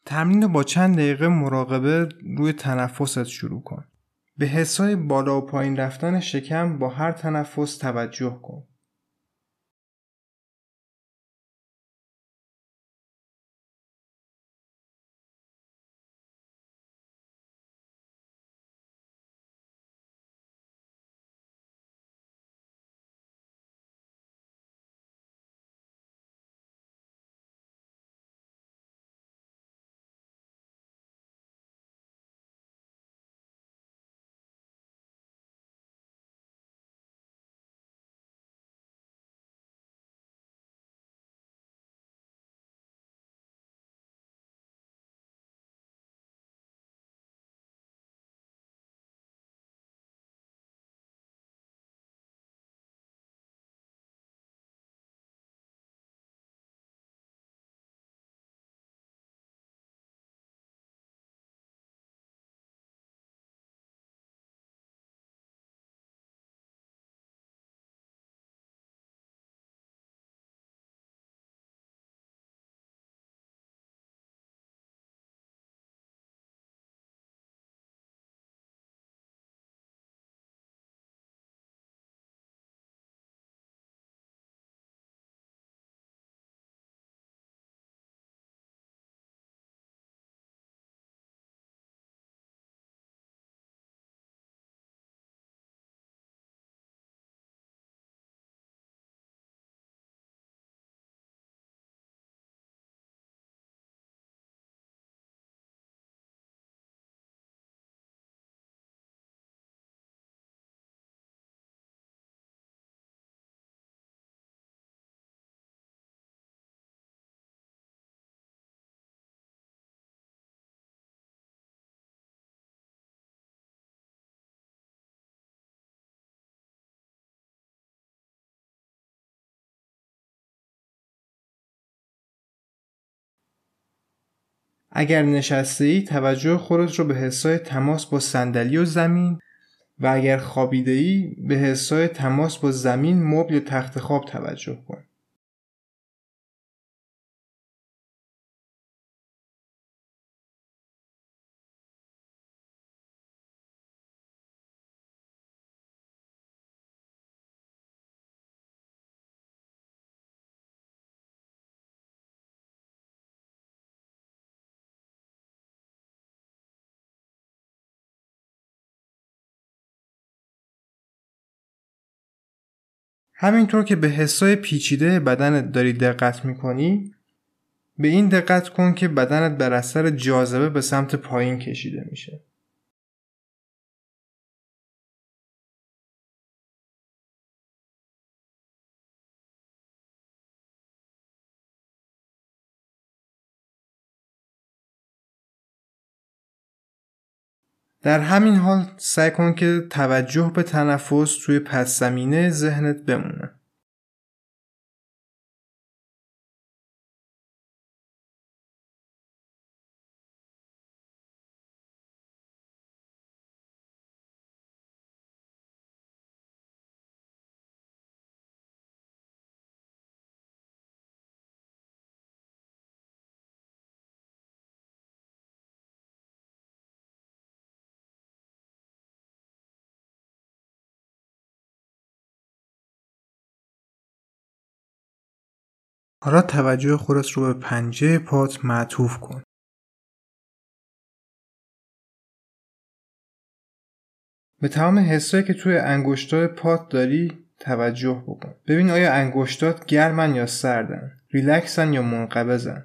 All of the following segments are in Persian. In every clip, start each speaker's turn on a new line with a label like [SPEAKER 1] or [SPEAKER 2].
[SPEAKER 1] تمرین با چند دقیقه مراقبه روی تنفست شروع کن. به حسای بالا و پایین رفتن شکم با هر تنفس توجه کن. اگر نشسته‌ای توجه خودت رو به حسای تماس با صندلی و زمین و اگر خوابیده‌ای به حسای تماس با زمین، مبل یا تخت خواب توجه کن. همینطور که به حسای پیچیده بدنت داری دقت میکنی، به این دقت کن که بدنت بر اثر جاذبه به سمت پایین کشیده میشه. در همین حال سعی کن که توجه به تنفس توی پس زمینه ذهنت بمونه. حالا توجه خودت رو به پنجه پات معطوف کن. به تمام حسایی که توی انگشتای پات داری توجه بکن. ببین آیا انگشتات گرمن یا سردن، ریلکسن یا منقبضن.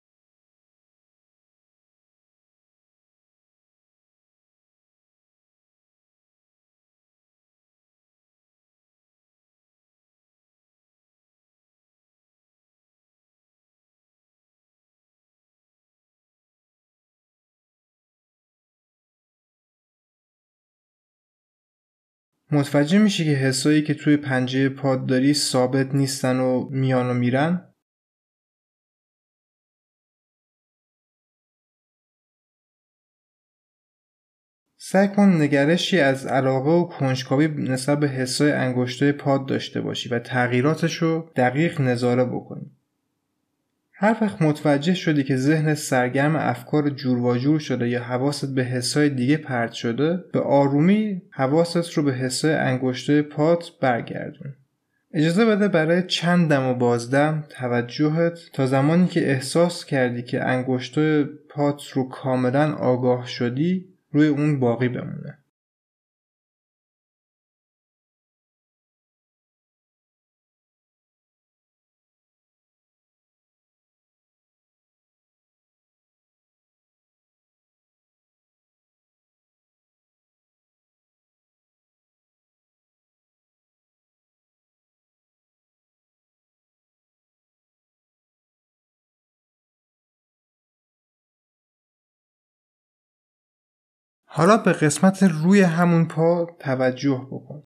[SPEAKER 1] متوجه میشی که حسایی که توی پنجه پات داری ثابت نیستن و میان و میرن؟ سعی کن نگرشی از علاقه و کنجکاوی نسبت به حسای انگشتای پات داشته باشی و تغییراتش رو دقیق نظاره بکنی. هر وقت متوجه شدی که ذهن سرگرم افکار جور و جور شده یا حواست به حسای دیگه پرت شده، به آرومی حواست رو به حسای انگشتای پات برگردون. اجازه بده برای چند دم و بازدم توجهت تا زمانی که احساس کردی که انگشتای پات رو کاملا آگاه شدی روی اون باقی بمونه. حالا به قسمت روی همون پا توجه بکن.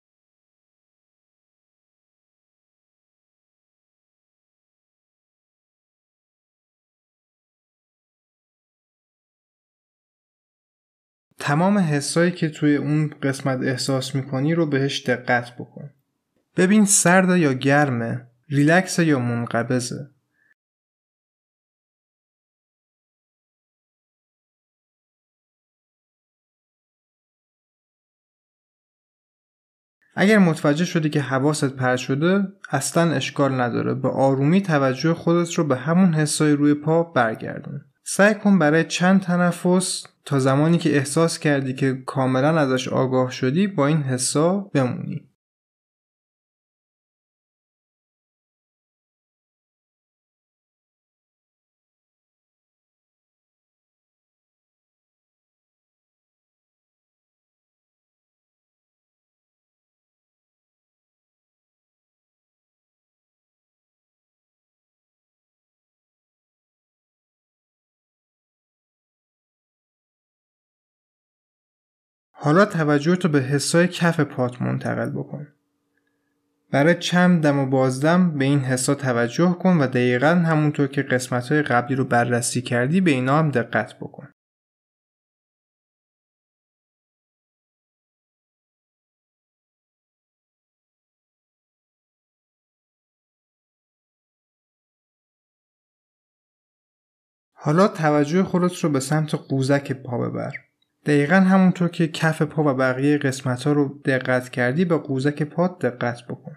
[SPEAKER 1] تمام حسایی که توی اون قسمت احساس میکنی رو بهش دقت بکن. ببین سرده یا گرمه، ریلکس یا منقبضه. اگر متوجه شدی که حواست پرت شده، اصلا اشکال نداره. به آرومی توجه خودت رو به همون حسای روی پا برگردون. سعی کن برای چند تنفس تا زمانی که احساس کردی که کاملا ازش آگاه شدی با این حسا بمونی. حالا توجهتو به حسای کف پات منتقل بکن. برای چند دم و بازدم به این حسا توجه کن و دقیقاً همونطور که قسمت‌های قبلی رو بررسی کردی به اینا هم دقت بکن. حالا توجه خودت رو به سمت قوزک پا ببر. دقیقاً همونطور که کف پا و بقیه قسمت‌ها رو دقت کردی به قوزک پات دقت بکن.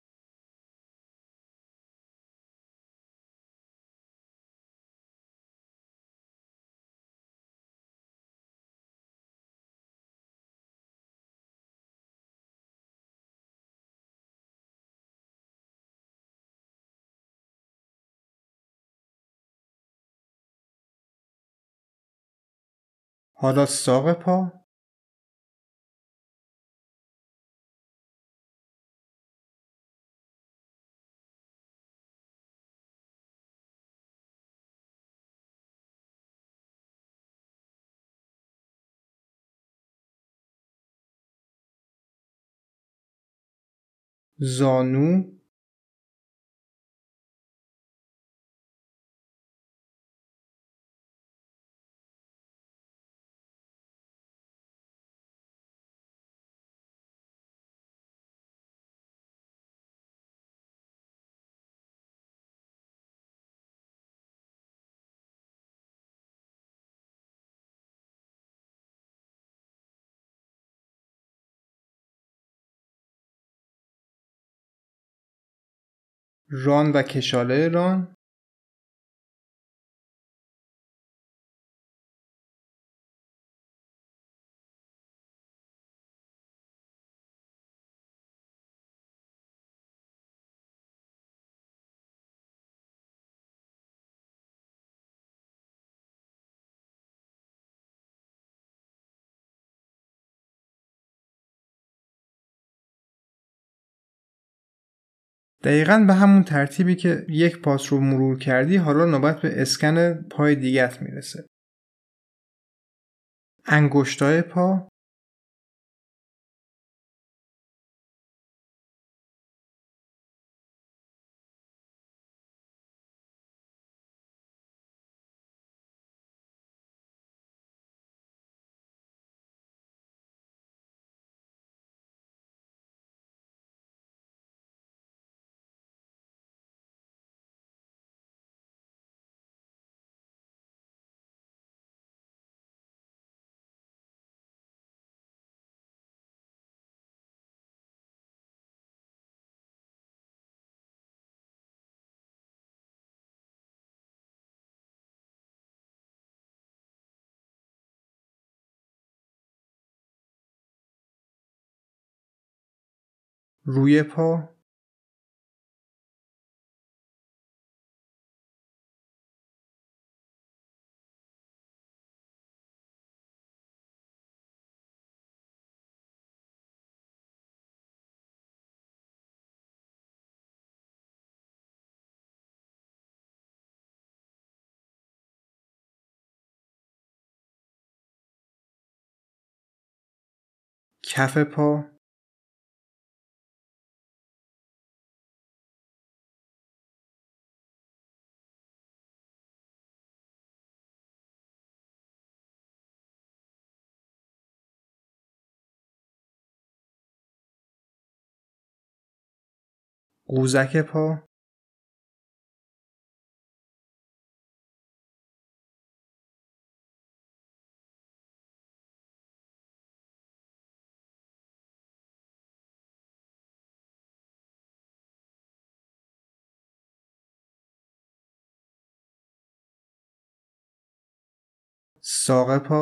[SPEAKER 1] حالا ساق پا، زانو، ران و کشاله ران، دقیقاً به همون ترتیبی که یک پاس رو مرور کردی حالا نوبت به اسکن پای دیگت میرسه. انگشتای پا، روی پا. کف پا. قوزک پا. ساق پا.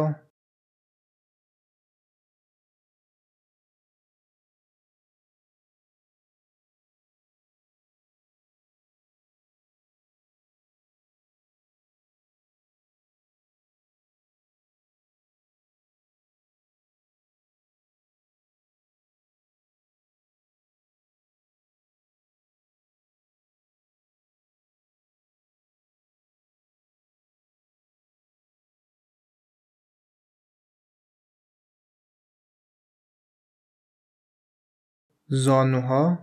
[SPEAKER 1] زانوها.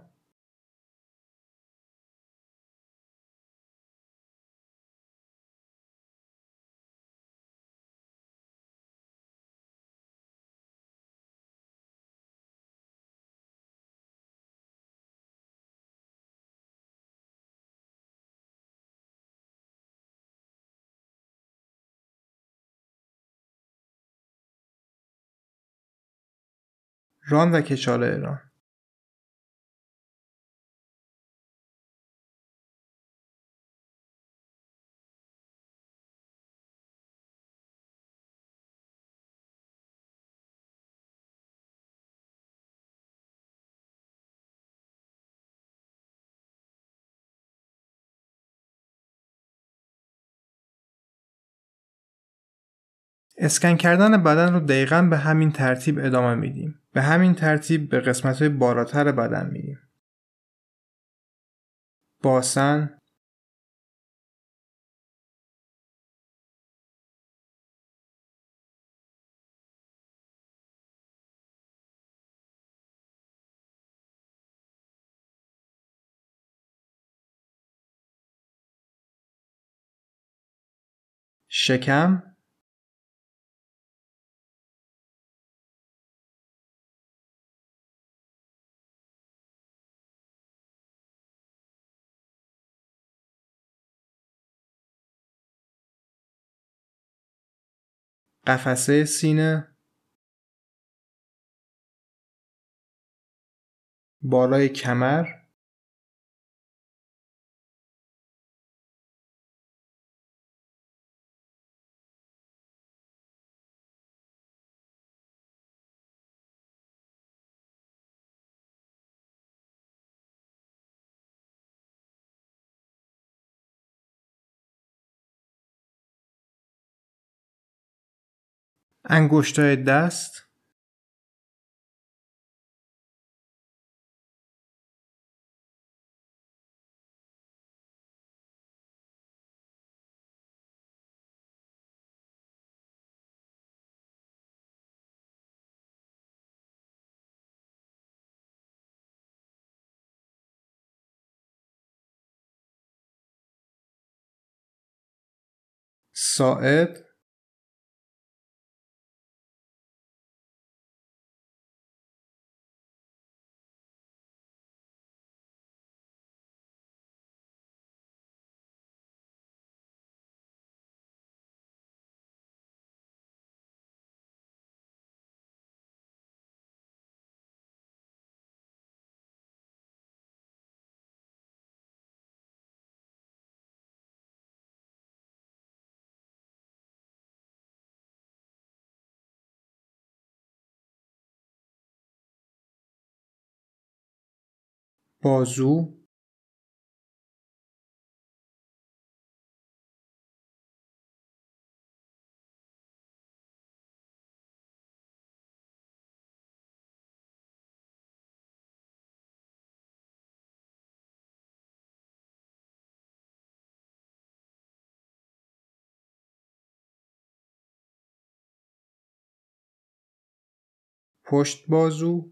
[SPEAKER 1] ران و کچال ران. اسکن کردن بدن رو دقیقاً به همین ترتیب ادامه میدیم. به همین ترتیب به قسمت‌های بالاتر بدن میریم. باسن. شکم. قفسه سینه. بالای کمر. انگشتای دست. ساعد. بازو، پشت بازو،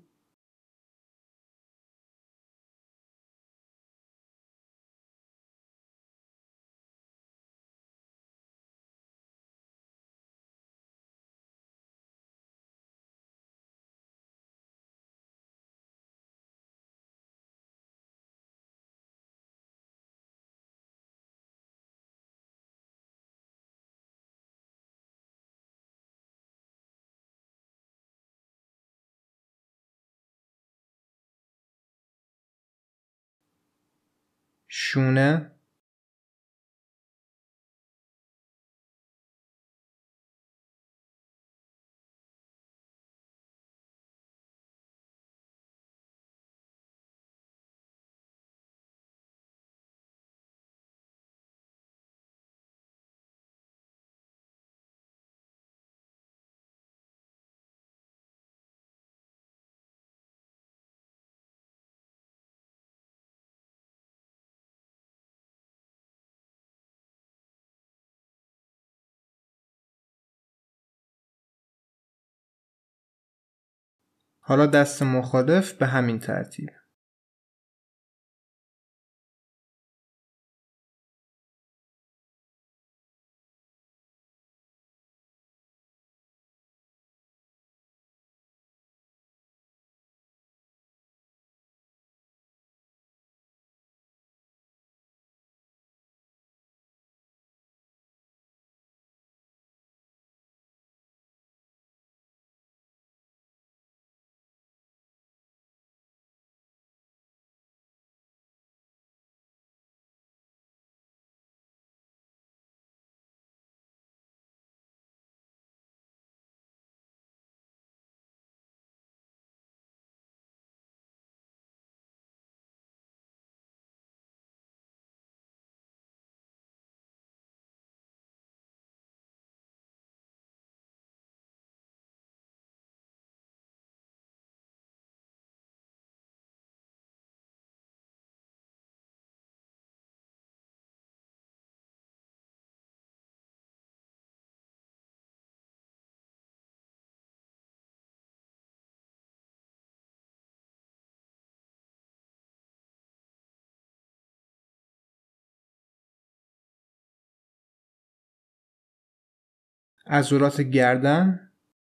[SPEAKER 1] شونه، حالا دست مخالف به همین ترتیب. عضلات گردن،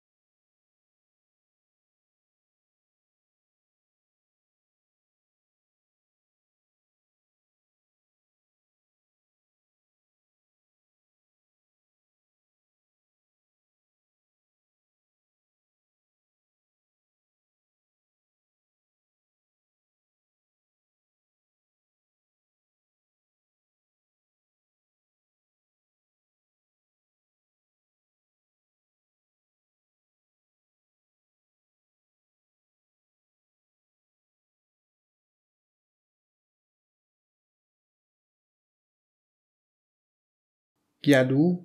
[SPEAKER 1] گلو،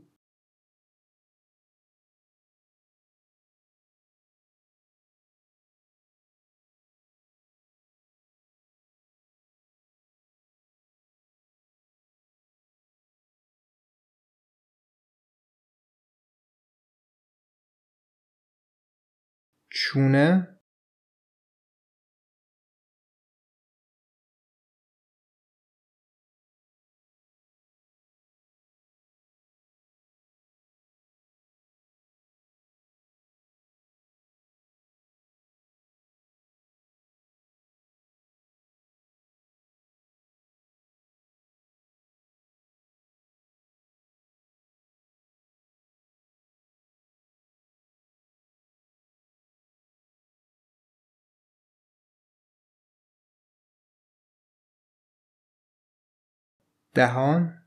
[SPEAKER 1] چونه، دهان،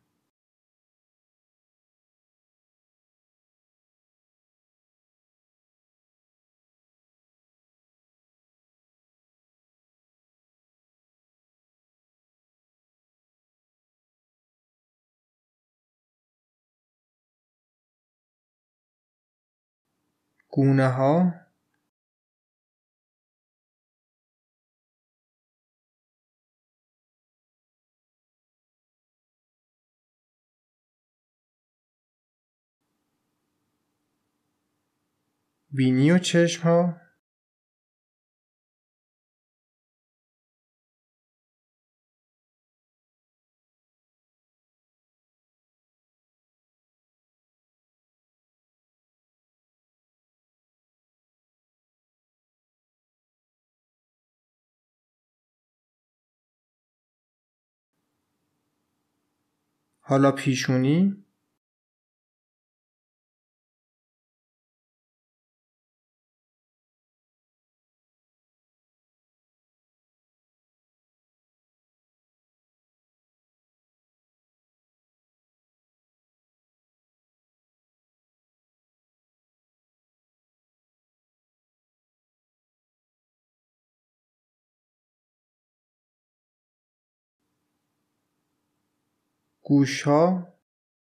[SPEAKER 1] گونه ها، بینی و چشم ها، حالا پیشونی، گوش ها،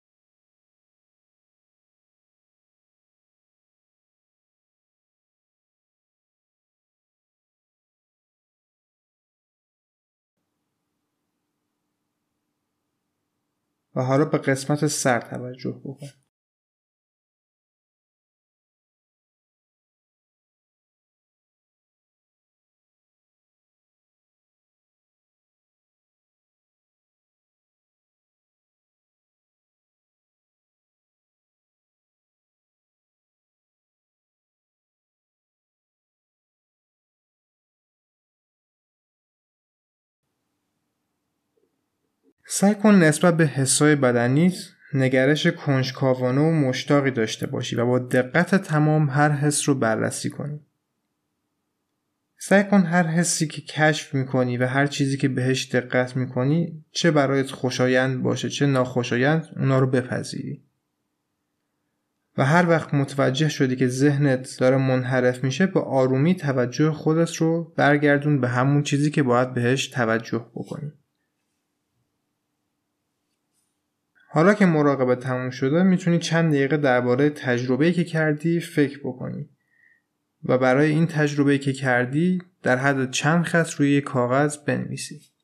[SPEAKER 1] و حالا به قسمت سر توجه بکن. سعی کن نسبت به حسای بدنیت نگرش کنجکاوانه و مشتاقی داشته باشی و با دقت تمام هر حس رو بررسی کنی. سعی کن هر حسی که کشف میکنی و هر چیزی که بهش دقت میکنی چه برایت خوشایند باشه چه ناخوشایند اونا رو بپذیری. و هر وقت متوجه شدی که ذهنت داره منحرف میشه به آرومی توجه خودت رو برگردون به همون چیزی که باید بهش توجه بکنی. حالا که مراقبه تموم شده میتونی چند دقیقه درباره تجربه‌ای که کردی فکر بکنی و برای این تجربه‌ای که کردی در حد چند خط روی یک کاغذ بنویسی.